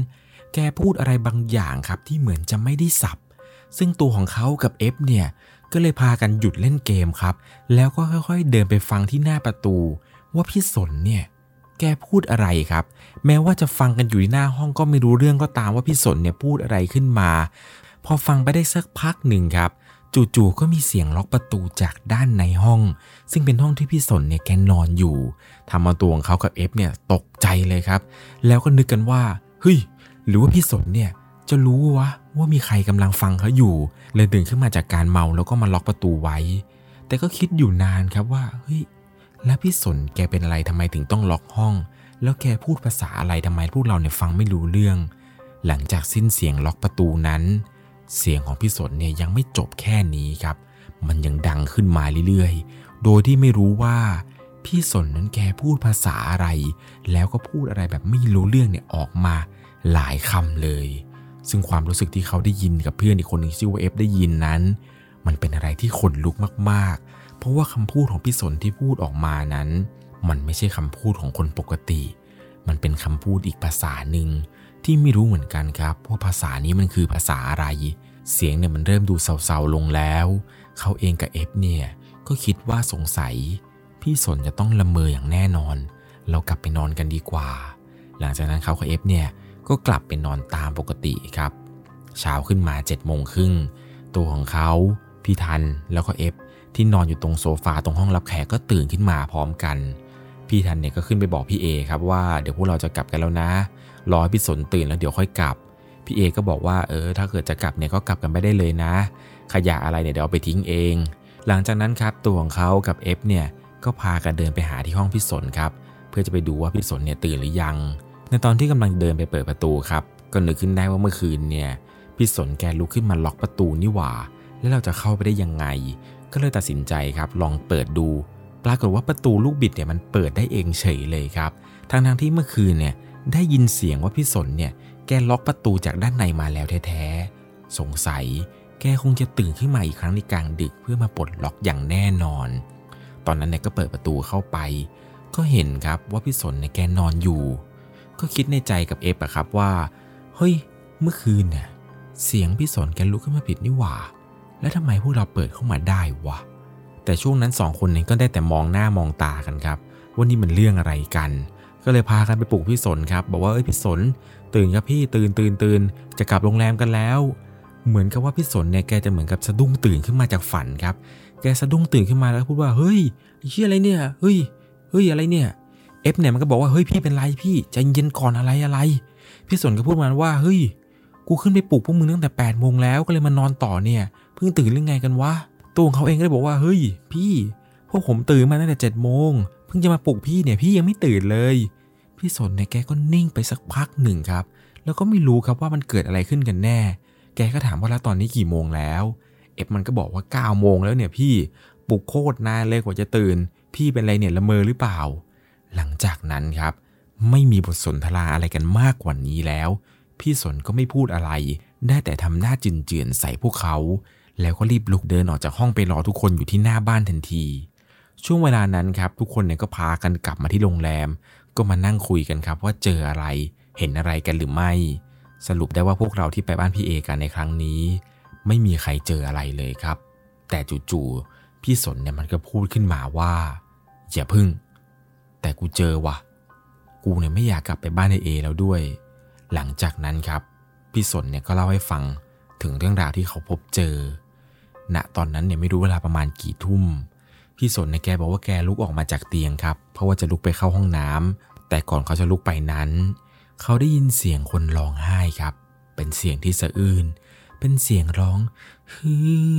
แกพูดอะไรบางอย่างครับที่เหมือนจะไม่ได้สับซึ่งตัวของเขากับเอฟเนี่ยก็เลยพากันหยุดเล่นเกมครับแล้วก็ค่อยๆเดินไปฟังที่หน้าประตูว่าพี่สนเนี่ยแกพูดอะไรครับแม้ว่าจะฟังกันอยู่ที่หน้าห้องก็ไม่รู้เรื่องก็ตามว่าพี่สนเนี่ยพูดอะไรขึ้นมาพอฟังไปได้สักพักหนึ่งครับจู่ๆก็มีเสียงล็อกประตูจากด้านในห้องซึ่งเป็นห้องที่พี่สนเนี่ยแกนอนอยู่ทำเอาตัวของเขากับเอฟเนี่ยตกใจเลยครับแล้วก็นึกกันว่าเฮ้ยหรือว่าพี่สนเนี่ยจะรู้ว่ามีใครกำลังฟังเขาอยู่เลยตื่นขึ้นมาจากการเมาแล้วก็มาล็อกประตูไว้แต่ก็คิดอยู่นานครับว่าเฮ้ยแล้วพี่สนแกเป็นอะไรทำไมถึงต้องล็อกห้องแล้วแกพูดภาษาอะไรทำไมพวกเราเนี่ยฟังไม่รู้เรื่องหลังจากสิ้นเสียงล็อกประตูนั้นเสียงของพี่สนเนี่ยยังไม่จบแค่นี้ครับมันยังดังขึ้นมาเรื่อยๆโดยที่ไม่รู้ว่าพี่สนนั้นแกพูดภาษาอะไรแล้วก็พูดอะไรแบบไม่รู้เรื่องเนี่ยออกมาหลายคำเลยซึ่งความรู้สึกที่เขาได้ยินกับเพื่อนอีกคนหนึ่งชื่อว่าเอฟได้ยินนั้นมันเป็นอะไรที่ขนลุกมากๆเพราะว่าคำพูดของพี่สนที่พูดออกมานั้นมันไม่ใช่คำพูดของคนปกติมันเป็นคำพูดอีกภาษาหนึ่งที่ไม่รู้เหมือนกันครับว่าภาษานี้มันคือภาษาอะไรเสียงเนี่ยมันเริ่มดูเศร้าๆลงแล้วเขาเองกับเอฟเนี่ยก็คิดว่าสงสัยพี่สนจะต้องละเมออย่างแน่นอนเรากลับไปนอนกันดีกว่าหลังจากนั้นเขากับเอฟเนี่ยก็กลับไปนอนตามปกติครับเช้าขึ้นมา7:30ตัวของเขาพี่ทันแล้วก็เอฟที่นอนอยู่ตรงโซฟาตรงห้องรับแขกก็ตื่นขึ้นมาพร้อมกันพี่ทันเนี่ยก็ขึ้นไปบอกพี่เอครับว่าเดี๋ยวพวกเราจะกลับกันแล้วนะรอให้พี่สนตื่นแล้วเดี๋ยวค่อยกลับพี่เอก็บอกว่าถ้าเกิดจะกลับเนี่ยก็กลับกันไม่ได้เลยนะขยะอะไรเนี่ยเดี๋ยวเอาไปทิ้งเองหลังจากนั้นครับตัวของเขากับเอฟเนี่ยก็พากันเดินไปหาที่ห้องพี่สนครับเพื่อจะไปดูว่าพี่สนเนี่ยตื่นหรือยังในตอนที่กำลังเดินไปเปิดประตูครับก็นึกขึ้นได้ว่าเมื่อคืนเนี่ยพี่สนแกลุกขึ้นมาล็อกประตูนี่หว่าแล้วเราจะเข้าไปได้ยังไงก็เลยตัดสินใจครับลองเปิดดูปรากฏว่าประตูลูกบิดเนี่ยมันเปิดได้เองเฉยเลยครับทั้งที่เมื่อคืนเนี่ยได้ยินเสียงว่าพี่สนเนี่ยแกล็อกประตูจากด้านในมาแล้วแท้ๆสงสัยแกคงจะตื่นขึ้นมาอีกครั้งในกลางดึกเพื่อมาปลดล็อกอย่างแน่นอนตอนนั้นเนี่ยก็เปิดประตูเข้าไปก็เห็นครับว่าพี่สนเนี่ยแกนอนอยู่ก็คิดในใจกับเอฟอะครับว่าเฮ้ยเมื่อคืนเนี่ยเสียงพี่สนแกลุกขึ้นมาผิดนี่หว่าแล้วทำไมพวกเราเปิดเข้ามาได้วะแต่ช่วงนั้น2คนเนี่ยก็ได้แต่มองหน้ามองตากันครับว่านี่มันเรื่องอะไรกันก็เลยพากันไปปลุกพี่สนครับบอกว่าพี่สนตื่นครับพี่ตื่นจะกลับโรงแรมกันแล้วเหมือนกับว่าพี่สนเนี่ยแกจะเหมือนกับสะดุ้งตื่นขึ้นมาจากฝันครับแกสะดุ้งตื่นขึ้นมาแล้วพูดว่าเฮ้ยเหี้ยอะไรเนี่ยเฮ้ยอะไรเนี่ยเอฟเนี่ยมันก็บอกว่าเฮ้ยพี่เป็นไรพี่ใจเย็นก่อนอะไรพี่สนก็พูดมาว่าเฮ้ยกูขึ้นไปปลุกพวกมึงตั้งแต่8:00 นแล้วก็เลยมานอนต่อเนี่ยเพิ่งตื่นหรือไงกันวะตัวของเขาเองก็เลยบอกว่าเฮ้ยพี่พวกผมตื่นมาตั้งแต่7:00 นเพิ่งจะมาปลุกพี่เนี่ยพี่ยังไม่ตื่นเลยพี่สนเนี่ยแกก็นิ่งไปสักพักหนึ่งครับแล้วก็ไม่รู้ครับว่ามันเกิดอะไรขึ้นกันแน่แกก็ถามว่าแล้วตอนนี้กี่โมงแล้วเอฟมันก็บอกว่า9 โมงแล้วเนี่ยพี่ปลุกโคตรนานเลยกว่าจะตื่นพี่เป็นไรเนี่ยละเมอหรือเปล่าหลังจากนั้นครับไม่มีบทสนทนาอะไรกันมากกว่านี้แล้วพี่สนก็ไม่พูดอะไรได้แต่ทำหน้าจืนๆใส่พวกเขาแล้วก็รีบลุกเดินออกจากห้องไปรอทุกคนอยู่ที่หน้าบ้านทันทีช่วงเวลานั้นครับทุกคนเนี่ยก็พากันกลับมาที่โรงแรมก็มานั่งคุยกันครับว่าเจออะไรเห็นอะไรกันหรือไม่สรุปได้ว่าพวกเราที่ไปบ้านพี่เอกันในครั้งนี้ไม่มีใครเจออะไรเลยครับแต่จู่ๆพี่สนเนี่ยมันก็พูดขึ้นมาว่าอย่าพึ่งแต่กูเจอว่ะกูเนี่ยไม่อยากกลับไปบ้านเอแล้วด้วยหลังจากนั้นครับพี่สนเนี่ยก็เล่าให้ฟังถึงเรื่องราวที่เขาพบเจอณตอนนั้นเนี่ยไม่รู้เวลาประมาณกี่ทุ่มพี่สนเนี่ยแกบอกว่าแกลุกออกมาจากเตียงครับเพราะว่าจะลุกไปเข้าห้องน้ำแต่ก่อนเขาจะลุกไปนั้นเขาได้ยินเสียงคนร้องไห้ครับเป็นเสียงที่สะอื้นเป็นเสียงร้องฮื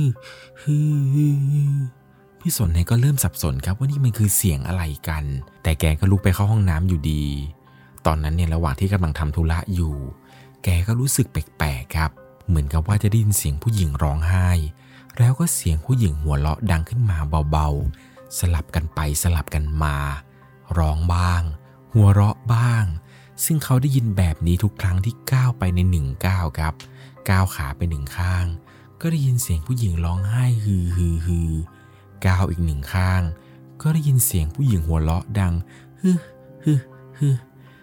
อพี่สนเนี่ยก็เริ่มสับสนครับว่านี่มันคือเสียงอะไรกันแต่แกก็ลุกไปเข้าห้องน้ำอยู่ดีตอนนั้นเนี่ยระหว่างที่กำลังทำธุระอยู่แกก็รู้สึกแปลกๆครับเหมือนกับว่าจะได้ยินเสียงผู้หญิงร้องไห้แล้วก็เสียงผู้หญิงหัวเราะดังขึ้นมาเบาๆสลับกันไปสลับกันมาร้องบ้างหัวเราะบ้างซึ่งเขาได้ยินแบบนี้ทุกครั้งที่ก้าวไปใน1 ก้าวครับก้าวขาไป1 ข้างก็ได้ยินเสียงผู้หญิงร้องไห้ฮือก้าวอีก1 ข้างก็ได้ยินเสียงผู้หญิงหัวเราะดังฮือ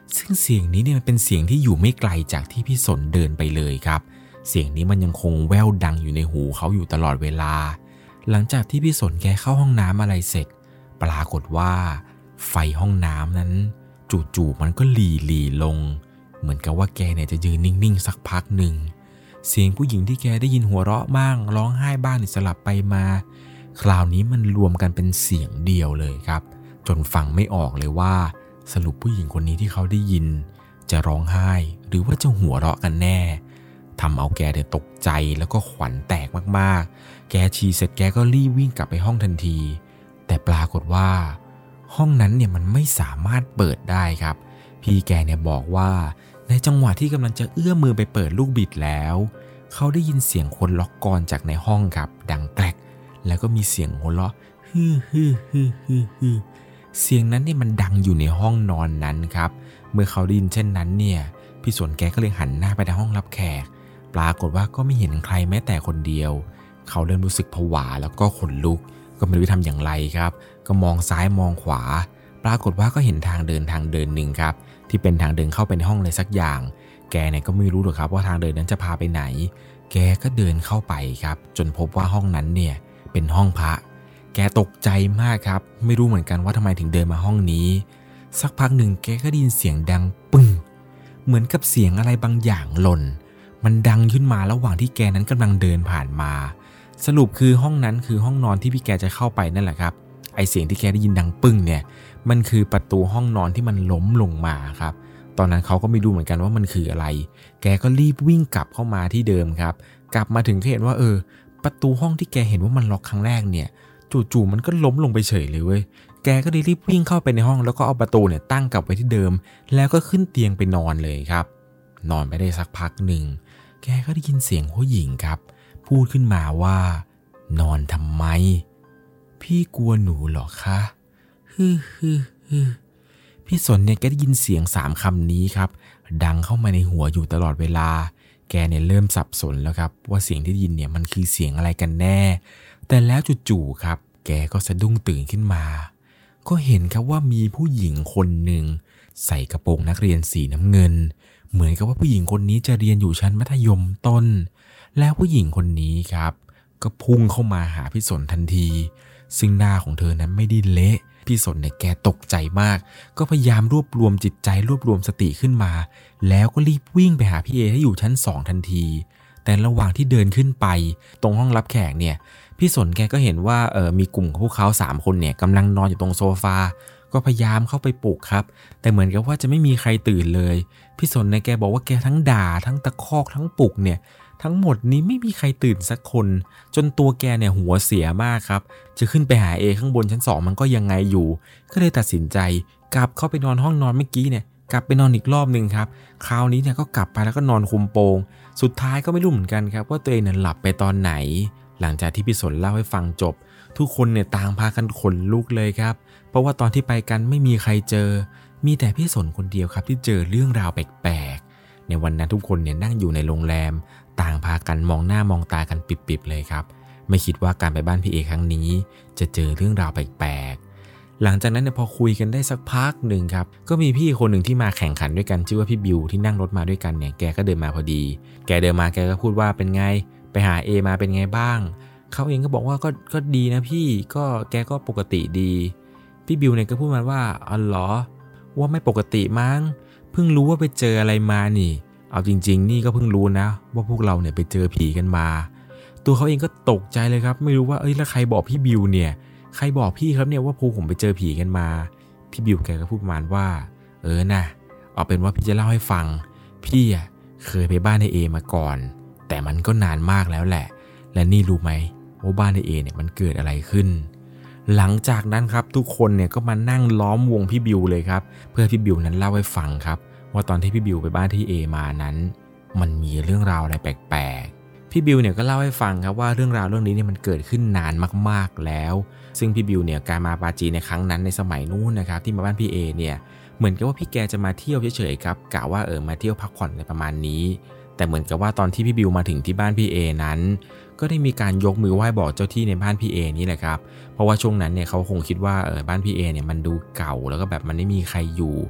ซึ่งเสียงนี้เนี่ยมันเป็นเสียงที่อยู่ไม่ไกลจากที่พี่สนเดินไปเลยครับเสียงนี้มันยังคงแว่วดังอยู่ในหูเขาอยู่ตลอดเวลาหลังจากที่พี่สนแกเข้าห้องน้ำอะไรเสร็จปรากฏว่าไฟห้องน้ำนั้นจู่ๆมันก็หลีลงเหมือนกับว่าแกเนี่ยจะยืนนิ่งๆสักพักหนึ่งเสียงผู้หญิงที่แกได้ยินหัวเราะบ้างร้องไห้บ้างสลับไปมาคราวนี้มันรวมกันเป็นเสียงเดียวเลยครับจนฟังไม่ออกเลยว่าสรุปผู้หญิงคนนี้ที่เขาได้ยินจะร้องไห้หรือว่าจะหัวเราะกันแน่ทำเอาแกเนี่ยตกใจแล้วก็ขวัญแตกมากๆแกฉี่เสร็จแกก็รีบวิ่งกลับไปห้องทันทีแต่ปรากฏว่าห้องนั้นเนี่ยมันไม่สามารถเปิดได้ครับพี่แกเนี่ยบอกว่าในจังหวะที่กำลังจะเอื้อมมือไปเปิดลูกบิดแล้วเขาได้ยินเสียงคนล็อกกลจากในห้องครับดังแกรกแล้วก็มีเสียงหัวเราะฮือฮือฮือฮือฮือเสียงนั้นเนี่ยมันดังอยู่ในห้องนอนนั้นครับเมื่อเขาได้ยินเช่นนั้นเนี่ยพี่สนแกก็เลยหันหน้าไปในห้องรับแขกปรากฏว่าก็ไม่เห็นใครแม้แต่คนเดียวเขาเริ่มรู้สึกผวาแล้วก็ขนลุกก็ไม่รู้จะทำอย่างไรครับก็มองซ้ายมองขวาปรากฏว่าก็เห็นทางเดินหนึ่งครับที่เป็นทางเดินเข้าไปในห้องอะไรสักอย่างแกเนี่ยก็ไม่รู้หรอกครับว่าทางเดินนั้นจะพาไปไหนแกก็เดินเข้าไปครับจนพบว่าห้องนั้นเนี่ยเป็นห้องพระแกตกใจมากครับไม่รู้เหมือนกันว่าทำไมถึงเดินมาห้องนี้สักพักหนึ่งแกก็ได้ยินเสียงดังปึ้งเหมือนกับเสียงอะไรบางอย่างหล่นมันดังขึ้นมาระหว่างที่แกนั้นกำลังเดินผ่านมาสรุปคือห้องนั้นคือห้องนอนที่พี่แกจะเข้าไปนั่นแหละครับไอเสียงที่แกได้ยินดังปึ้งเนี่ยมันคือประตูห้องนอนที่มันล้มลงมาครับตอนนั้นเขาก็ไม่รู้เหมือนกันว่ามันคืออะไรแกก็รีบวิ่งกลับเข้ามาที่เดิมครับกลับมาถึงก็เห็นว่าประตูห้องที่แกเห็นว่ามันล็อกครั้งแรกเนี่ยจู่ๆมันก็ล้มลงไปเฉยเลยเว้ยแกก็ได้รีบวิ่งเข้าไปในห้องแล้วก็เอาประตูเนี่ยตั้งกลับไว้ที่เดิมแล้วก็ขึ้นเตียงไปนอนเลยครับนอนไปได้สักพักหนึ่งแกก็ได้ยินเสียงผู้หญิงครับพูดขึ้นมาว่านอนทำไมพี่กลัวหนูเหรอคะฮึฮึพี่สนเนี่ยแกได้ยินเสียง3คำนี้ครับดังเข้ามาในหัวอยู่ตลอดเวลาแกเนี่ยเริ่มสับสนแล้วครับว่าเสียงที่ได้ยินเนี่ยมันคือเสียงอะไรกันแน่แต่แล้วจู่ๆครับแกก็สะดุ้งตื่นขึ้นมาก็เห็นครับว่ามีผู้หญิงคนหนึ่งใส่กระโปรงนักเรียนสีน้ำเงินเหมือนกับว่าผู้หญิงคนนี้จะเรียนอยู่ชั้นมัธยมต้นแล้วผู้หญิงคนนี้ครับก็พุ่งเข้ามาหาพี่สนทันทีซึ่งหน้าของเธอนั้นไม่ได้เละพี่สนเนี่ยแกตกใจมากก็พยายามรวบรวมจิตใจรวบรวมสติขึ้นมาแล้วก็รีบวิ่งไปหาพี่เอที่อยู่ชั้น2ทันทีแต่ระหว่างที่เดินขึ้นไปตรงห้องรับแขกเนี่ยพี่สนแกก็เห็นว่ามีกลุ่มของพวกเขา3คนเนี่ยกำลังนอนอยู่ตรงโซฟาก็พยายามเข้าไปปลุกครับแต่เหมือนกับว่าจะไม่มีใครตื่นเลยพี่สนเนี่ยแกบอกว่าแกทั้งด่าทั้งตะคอกทั้งปลุกเนี่ยทั้งหมดนี้ไม่มีใครตื่นสักคนจนตัวแกเนี่ยหัวเสียมากครับจะขึ้นไปหาเอข้างบนชั้น2มันก็ยังไงอยู่ก็เลยตัดสินใจกลับเข้าไปนอนห้องนอนเมื่อกี้เนี่ยกลับไปนอนอีกรอบนึงครับคราวนี้เนี่ยก็กลับไปแล้วก็นอนคุมโปงสุดท้ายก็ไม่รู้เหมือนกันครับว่าตัวเองเนี่ยหลับไปตอนไหนหลังจากที่พี่สนเล่าให้ฟังจบทุกคนเนี่ยต่างพากันขนลุกเลยครับเพราะว่าตอนที่ไปกันไม่มีใครเจอมีแต่พี่สนคนเดียวครับที่เจอเรื่องราวแปลกๆในวันนั้นทุกคนเนี่ยนั่งอยู่ในโรงแรมต่างพากันมองหน้ามองตากันปิบๆเลยครับไม่คิดว่าการไปบ้านพี่เอครั้งนี้จะเจอเรื่องราวแปลกๆหลังจากนั้นเนี่ยพอคุยกันได้สักพักหนึ่งครับก็มีพี่คนหนึ่งที่มาแข่งขันด้วยกันชื่อว่าพี่บิวที่นั่งรถมาด้วยกันเนี่ยแกก็เดินมาพอดีแกเดินมาแกก็พูดว่าเป็นไงไปหาเอมาเป็นไงบ้างเขาเองก็บอกว่าก็ดีนะพี่ก็แกก็ปกติดีพี่บิวเนี่ยก็พูดมาว่าอ๋อเหรอว่าไม่ปกติมั้งเพิ่งรู้ว่าไปเจออะไรมานี่เอาจริงๆนี่ก็เพิ่งรู้นะว่าพวกเราเนี่ยไปเจอผีกันมาตัวเขาเองก็ตกใจเลยครับไม่รู้ว่าแล้วใครบอกพี่บิวเนี่ยใครบอกพี่ครับเนี่ยว่าพวกผมไปเจอผีกันมาพี่บิวแกก็พูดประมาณว่านะเอาเป็นว่าพี่จะเล่าให้ฟังพี่เคยไปบ้านในเอมาก่อนแต่มันก็นานมากแล้วแหละและนี่รู้ไหมว่าบ้านในเอเนี่ยมันเกิดอะไรขึ้นหลังจากนั้นครับทุกคนเนี่ยก็มานั่งล้อมวงพี่บิวเลยครับเพื่อพี่บิวนั้นเล่าให้ฟังครับว่าตอนที่พี่บิวไปบ้านที่เอมานั้นมันมีเรื่องราวอะไรแปลกๆพี่บิวเนี่ยก็เล่าให้ฟังครับว่าเรื่องราวเรื่องนี้เนี่ยมันเกิดขึ้นนานมากๆแล้วซึ่งพี่บิวเนี่ยการมาปาจีนในครั้งนั้นในสมัยนู้นนะครับที่มาบ้านพี่เอเนี่ยเหมือนกับว่าพี่แกจะมาเที่ยวเฉยๆครับกะว่ามาเที่ยวพักผ่อนอะไรประมาณนี้แต่เหมือนกับว่าตอนที่พี่บิวมาถึงที่บ้านพี่เอนั้นก็ได้มีการยกมือไหว้บอกเจ้าที่ในบ้านพี่เอนี่แหละครับเพราะว่าช่วงนั้นเนี่ยเขาคงคิดว่าบ้านพี่เอเนี่ยมันดูเก่าแล้วก็แบบมันไม่มีใครอยู่ค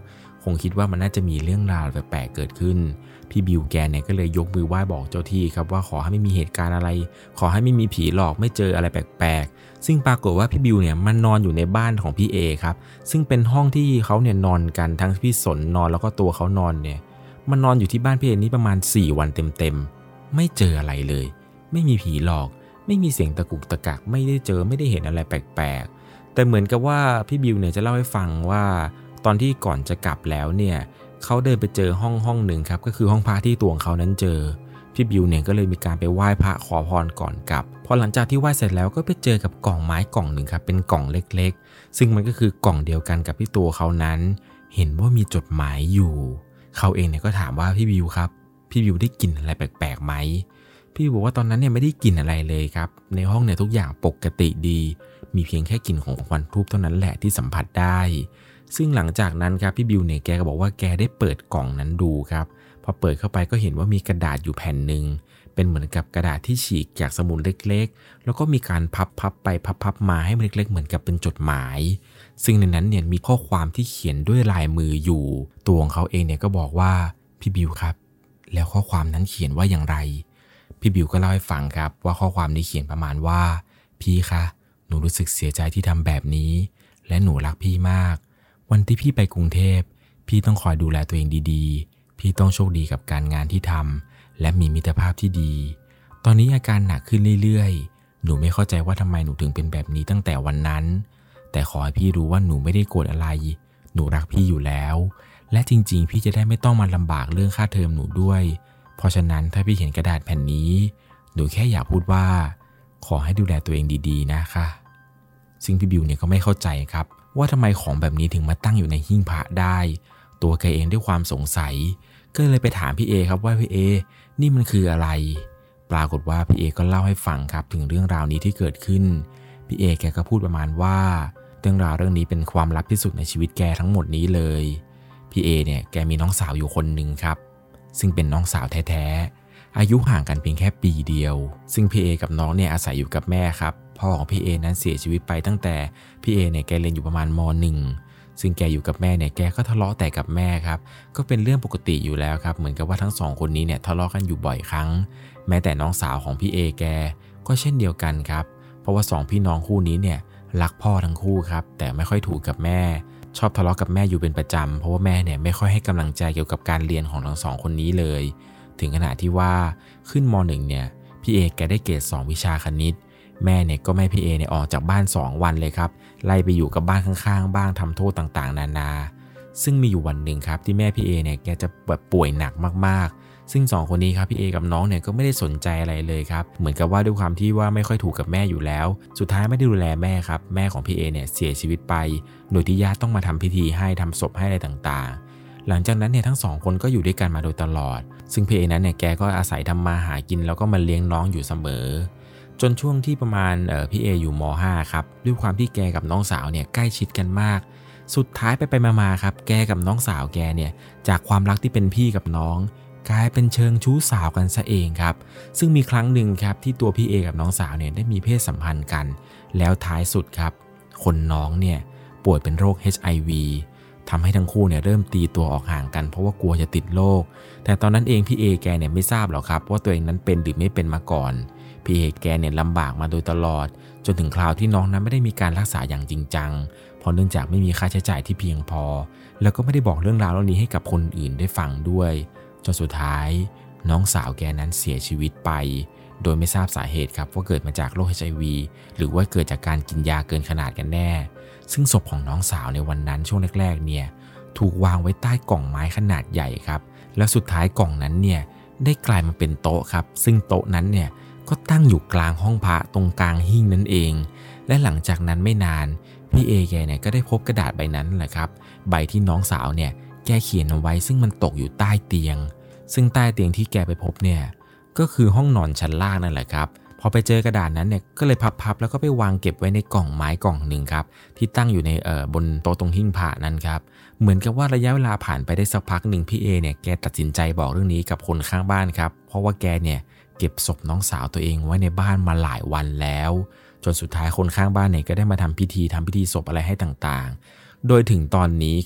คงคิดว่ามันน่าจะมีเรื่องราวแปลกๆเกิดขึ้นพี่บิวแกเนี่ยก็เลยยกมือไหว้บอกเจ้าที่ครับว่าขอให้ไม่มีเหตุการณ์อะไรขอให้ไม่มีผีหลอกไม่เจออะไรแปลกๆซึ่งปรากฏว่าพี่บิวเนี่ยมันนอนอยู่ในบ้านของพี่เอครับซึ่งเป็นห้องที่เขาเนี่ยนอนกันทั้งพี่สนนอนแล้วก็ตัวเขานอนเนี่ยมันนอนอยู่ที่บ้านพี่เอนี่ประมาณ4 วันเต็มๆไม่เจออะไรเลยไม่มีผีหลอกไม่มีเสียงตะกุกตะกักไม่ได้เห็นอะไรแปลกๆแต่เหมือนกับว่าพี่บิวเนี่ยจะเล่าให้ฟังว่าตอนที่ก่อนจะกลับแล้วเนี่ยเขาเดินไปเจอห้องหนึ่งครับก็คือห้องพระที่ตัวของเขานั้นเจอพี่บิวเนี่ยก็เลยมีการไปไหว้พระขอพรก่อนกลับพอหลังจากที่ไหว้เสร็จแล้วก็ไปเจอกับกล่องไม้กล่องหนึ่งครับเป็นกล่องเล็กๆซึ่งมันก็คือกล่องเดียวกันกับที่ตัวเขานั้นเห็นว่ามีจดหมายอยู่เขาเองเนี่ยก็ถามว่าพี่บิวครับพี่บิวได้กลิ่นอะไรแปลกๆไหมพี่บิวบอกว่าตอนนั้นเนี่ยไม่ได้กลิ่นอะไรเลยครับในห้องเนี่ยทุกอย่างปกติดีมีเพียงแค่กลิ่นของควันธูปเท่านั้นแหละที่สัมผัสได้ซึ่งหลังจากนั้นครับพี่บิวเนี่ยแกก็บอกว่าแกได้เปิดกล่องนั้นดูครับพอเปิดเข้าไปก็เห็นว่ามีกระดาษอยู่แผ่นหนึ่งเป็นเหมือนกับกระดาษที่ฉีกจากสมุดเล็กๆแล้วก็มีการพับไปพับมาให้มันเล็กๆเหมือนกับเป็นจดหมายซึ่งในนั้นเนี่ยมีข้อความที่เขียนด้วยลายมืออยู่ตัวของเขาเองเนี่ยก็บอกว่าพี่บิวครับแล้วข้อความนั้นเขียนว่าอย่างไรพี่บิวก็เล่าให้ฟังครับว่าข้อความนี้เขียนประมาณว่าพี่คะหนูรู้สึกเสียใจที่ทำแบบนี้และหนูรักพี่มากวันที่พี่ไปกรุงเทพพี่ต้องคอยดูแลตัวเองดีๆพี่ต้องโชคดีกับการงานที่ทำและมีมิตรภาพที่ดีตอนนี้อาการหนักขึ้นเรื่อยๆหนูไม่เข้าใจว่าทำไมหนูถึงเป็นแบบนี้ตั้งแต่วันนั้นแต่ขอให้พี่รู้ว่าหนูไม่ได้โกรธอะไรหนูรักพี่อยู่แล้วและจริงๆพี่จะได้ไม่ต้องมาลำบากเรื่องค่าเทอมหนูด้วยเพราะฉะนั้นถ้าพี่เห็นกระดาษแผ่นนี้หนูแค่อยากพูดว่าขอให้ดูแลตัวเองดีๆนะคะซึ่งพี่บิวเนี่ยก็ไม่เข้าใจครับว่าทำไมของแบบนี้ถึงมาตั้งอยู่ในหิ้งพระได้ตัวแกเองด้วยความสงสัยก็เลยไปถามพี่เอครับว่าพี่เอนี่มันคืออะไรปรากฏว่าพี่เอก็เล่าให้ฟังครับถึงเรื่องราวนี้ที่เกิดขึ้นพี่เอแกก็พูดประมาณว่าเรื่องราวเรื่องนี้เป็นความลับที่สุดในชีวิตแกทั้งหมดนี้เลยพี่เอเนี่ยแกมีน้องสาวอยู่คนหนึ่งครับซึ่งเป็นน้องสาวแท้ๆอายุห่างกันเพียงแค่ปีเดียวซึ่งพี่เอกับน้องเนี่ยอาศัยอยู่กับแม่ครับพ่อของพี่เอนั้นเสียชีวิตไปตั้งแต่พี่เอเนี่ยแกเรียนอยู่ประมาณม.1 ซึ่งแกอยู่กับแม่เนี่ยแกก็ทะเลาะแต่กับแม่ครับก็เป็นเรื่องปกติอยู่แล้วครับเหมือนกับว่าทั้งสองคนนี้เนี่ยทะเลาะกันอยู่บ่อยครั้งแม้แต่น้องสาวของพี่เอแกก็เช่นเดียวกันครับเพราะว่า2พี่น้องคู่นี้เนี่ยรักพ่อทั้งคู่ครับแต่ไม่ค่อยถูกกับแม่ชอบทะเลาะกับแม่อยู่เป็นประจำเพราะว่าแม่เนี่ยไม่ค่อยให้กำลังใจเกี่ยวกับการเรียนของทั้งสองคนนี้เลยถึงขนาดที่ว่าขึ้นม.1 เนี่ยพี่เอแกได้เกรด2วิชาคณิตแม่เนี่ยก็ไม่ให้พี่เอเนี่ยออกจากบ้าน2 วันเลยครับไล่ไปอยู่กับบ้านข้างๆบ้างทำโทษต่างๆนานาซึ่งมีอยู่วันหนึ่งครับที่แม่พี่เอเนี่ยแกจะแบบป่วยหนักมากๆซึ่ง2คนนี้ครับพี่เอกับน้องเนี่ยก็ไม่ได้สนใจอะไรเลยครับเหมือนกับว่าด้วยความที่ว่าไม่ค่อยถูกกับแม่อยู่แล้วสุดท้ายไม่ได้ดูแลแม่ครับแม่ของพี่เอเนี่ยเสียชีวิตไปโดยที่ญาติต้องมาทำพิธีให้ทำศพให้อะไรต่างๆหลังจากนั้นเนี่ยทั้ง2คนก็อยู่ด้วยกันมาโดยตลอดซึ่งพี่เอนั้นเนี่ยแกก็อาศัยทำมาหากินแล้วก็มาเลี้ยงน้องอยู่เสมอจนช่วงที่ประมาณพี่เออยู่ม.5 ครับด้วยความที่แกกับน้องสาวเนี่ยใกล้ชิดกันมากสุดท้ายไปมาครับแกกับน้องสาวแกเนี่ยจากความรักที่เป็นพี่กับน้องกลายเป็นเชิงชู้สาวกันซะเองครับซึ่งมีครั้งหนึ่งครับที่ตัวพี่เอกับน้องสาวเนี่ยได้มีเพศสัมพันธ์กันแล้วท้ายสุดครับคนน้องเนี่ยป่วยเป็นโรค HIV ทำให้ทั้งคู่เนี่ยเริ่มตีตัวออกห่างกันเพราะว่ากลัวจะติดโรคแต่ตอนนั้นเองพี่เอแกเนี่ยไม่ทราบหรอกครับว่าตัวเองนั้นเป็นหรือไม่เป็นมาก่อนพี่เอแกเนี่ยลำบากมาโดยตลอดจนถึงคราวที่น้องนั้นไม่ได้มีการรักษาอย่างจริงจังเพราะเนื่องจากไม่มีค่าใช้จ่ายที่เพียงพอแล้วก็ไม่ได้บอกเรื่องราวเหล่านี้ให้กับคนอื่นได้ฟังด้วยจนสุดท้ายน้องสาวแกนั้นเสียชีวิตไปโดยไม่ทราบสาเหตุครับว่าเกิดมาจากโรค HIV หรือว่าเกิดจากการกินยาเกินขนาดกันแน่ซึ่งศพของน้องสาวในวันนั้นช่วงแรกๆเนี่ยถูกวางไว้ใต้กล่องไม้ขนาดใหญ่ครับแล้วสุดท้ายกล่องนั้นเนี่ยได้กลายมาเป็นโต๊ะครับซึ่งโต๊ะนั้นเนี่ยก็ตั้งอยู่กลางห้องพระตรงกลางหิ้งนั่นเองและหลังจากนั้นไม่นานพี่เอแกเนี่ยก็ได้พบกระดาษใบนั้นแหละครับใบที่น้องสาวเนี่ยแกเขียนเอาไว้ซึ่งมันตกอยู่ใต้เตียงซึ่งใต้เตียงที่แกไปพบเนี่ยก็คือห้องนอนชั้นล่างนั่นแหละครับพอไปเจอกระดาษนั้นเนี่ยก็เลยพับแล้วก็ไปวางเก็บไว้ในกล่องไม้กล่องหนึ่งครับที่ตั้งอยู่ในบนโต๊ะตรงหิ้งพระนั้นครับเหมือนกับว่าระยะเวลาผ่านไปได้สักพักหนึ่งพี่เอเนี่ยแกตัดสินใจบอกเรื่องนี้กับคนข้างบ้านครับเพราะว่าแกเนี่ยเก็บศพน้องสาวตัวเองไว้ในบ้านมาหลายวันแล้วจนสุดท้ายคนข้างบ้านเนี่ยก็ได้มาทำพิธีศพอะไรให้ต่างๆโดยถึงตอนนี้ครับ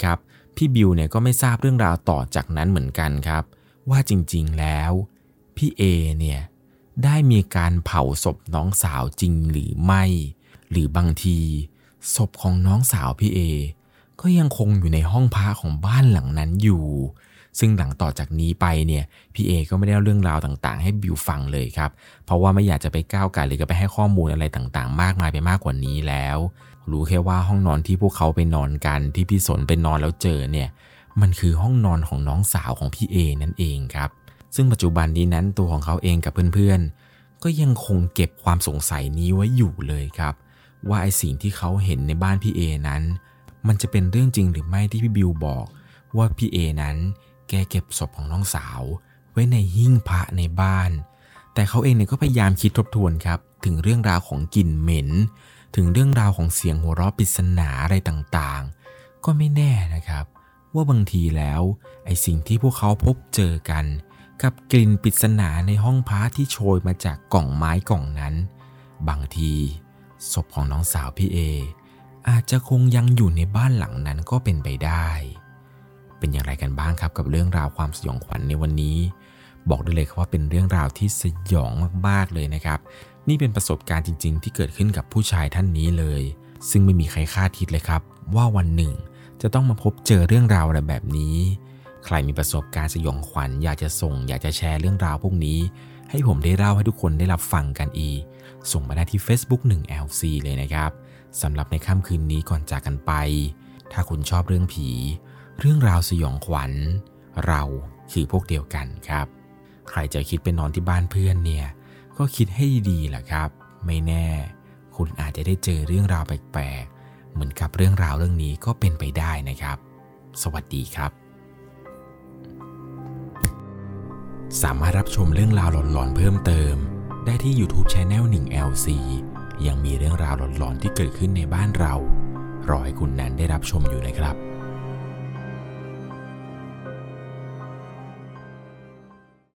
พี่บิวเนี่ยก็ไม่ทราบเรื่องราวต่อจากนั้นเหมือนกันครับว่าจริงๆแล้วพี่เอเนี่ยได้มีการเผาศพน้องสาวจริงหรือไม่หรือบางทีศพของน้องสาวพี่เอก็ยังคงอยู่ในห้องพักของบ้านหลังนั้นอยู่ซึ่งหลังต่อจากนี้ไปเนี่ยพี่เอก็ไม่ได้เล่าเรื่องราวต่างๆให้บิวฟังเลยครับเพราะว่าไม่อยากจะไปก้าวไก่หรือก็ไปให้ข้อมูลอะไรต่างๆมากมายไปมากกว่านี้แล้วรู้แค่ว่าห้องนอนที่พวกเขาไปนอนกันที่พี่สนไปนอนแล้วเจอเนี่ยมันคือห้องนอนของน้องสาวของพี่เอนั่นเองครับซึ่งปัจจุบันนี้นั้นตัวของเขาเองกับเพื่อนๆก็ยังคงเก็บความสงสัยนี้ไว้อยู่เลยครับว่าไอ้สิ่งที่เขาเห็นในบ้านพี่เอนั้นมันจะเป็นเรื่องจริงหรือไม่ที่พี่บิวบอกว่าพี่เอนั้นแกเก็บศพของน้องสาวไว้ในหิ้งพระในบ้านแต่เขาเองเนี่ยก็พยายามคิดทบทวนครับถึงเรื่องราวของกลิ่นเหม็นถึงเรื่องราวของเสียงหัวเราะปริศนาอะไรต่างๆก็ไม่แน่นะครับว่าบางทีแล้วไอ้สิ่งที่พวกเขาพบเจอกันกับกลิ่นปริศนาในห้องพระที่โชยมาจากกล่องไม้กล่องนั้นบางทีศพของน้องสาวพี่เออาจจะคงยังอยู่ในบ้านหลังนั้นก็เป็นไปได้เป็นอย่างไรกันบ้างครับกับเรื่องราวความสยองขวัญในวันนี้บอกได้เลยครับว่าเป็นเรื่องราวที่สยองมากๆเลยนะครับนี่เป็นประสบการณ์จริงๆที่เกิดขึ้นกับผู้ชายท่านนี้เลยซึ่งไม่มีใครคาดคิดเลยครับว่าวันหนึ่งจะต้องมาพบเจอเรื่องราวอะไรแบบนี้ใครมีประสบการณ์สยองขวัญอยากจะแชร์เรื่องราวพวกนี้ให้ผมได้เล่าให้ทุกคนได้รับฟังกันอีกส่งมาได้ที่ Facebook 1LC เลยนะครับสำหรับในค่ำคืนนี้ก่อนจากกันไปถ้าคุณชอบเรื่องผีเรื่องราวสยองขวัญเราคือพวกเดียวกันครับใครจะคิดไปนอนที่บ้านเพื่อนเนี่ยก็คิดให้ดีๆล่ะครับไม่แน่คุณอาจจะได้เจอเรื่องราวแปลกๆเหมือนกับเรื่องราวเรื่องนี้ก็เป็นไปได้นะครับสวัสดีครับสามารถรับชมเรื่องราวหลอนๆเพิ่มเติมได้ที่ YouTube Channel 1LC ยังมีเรื่องราวหลอนๆที่เกิดขึ้นในบ้านเรารอให้คุณนั้นได้รับชมอยู่นะครับ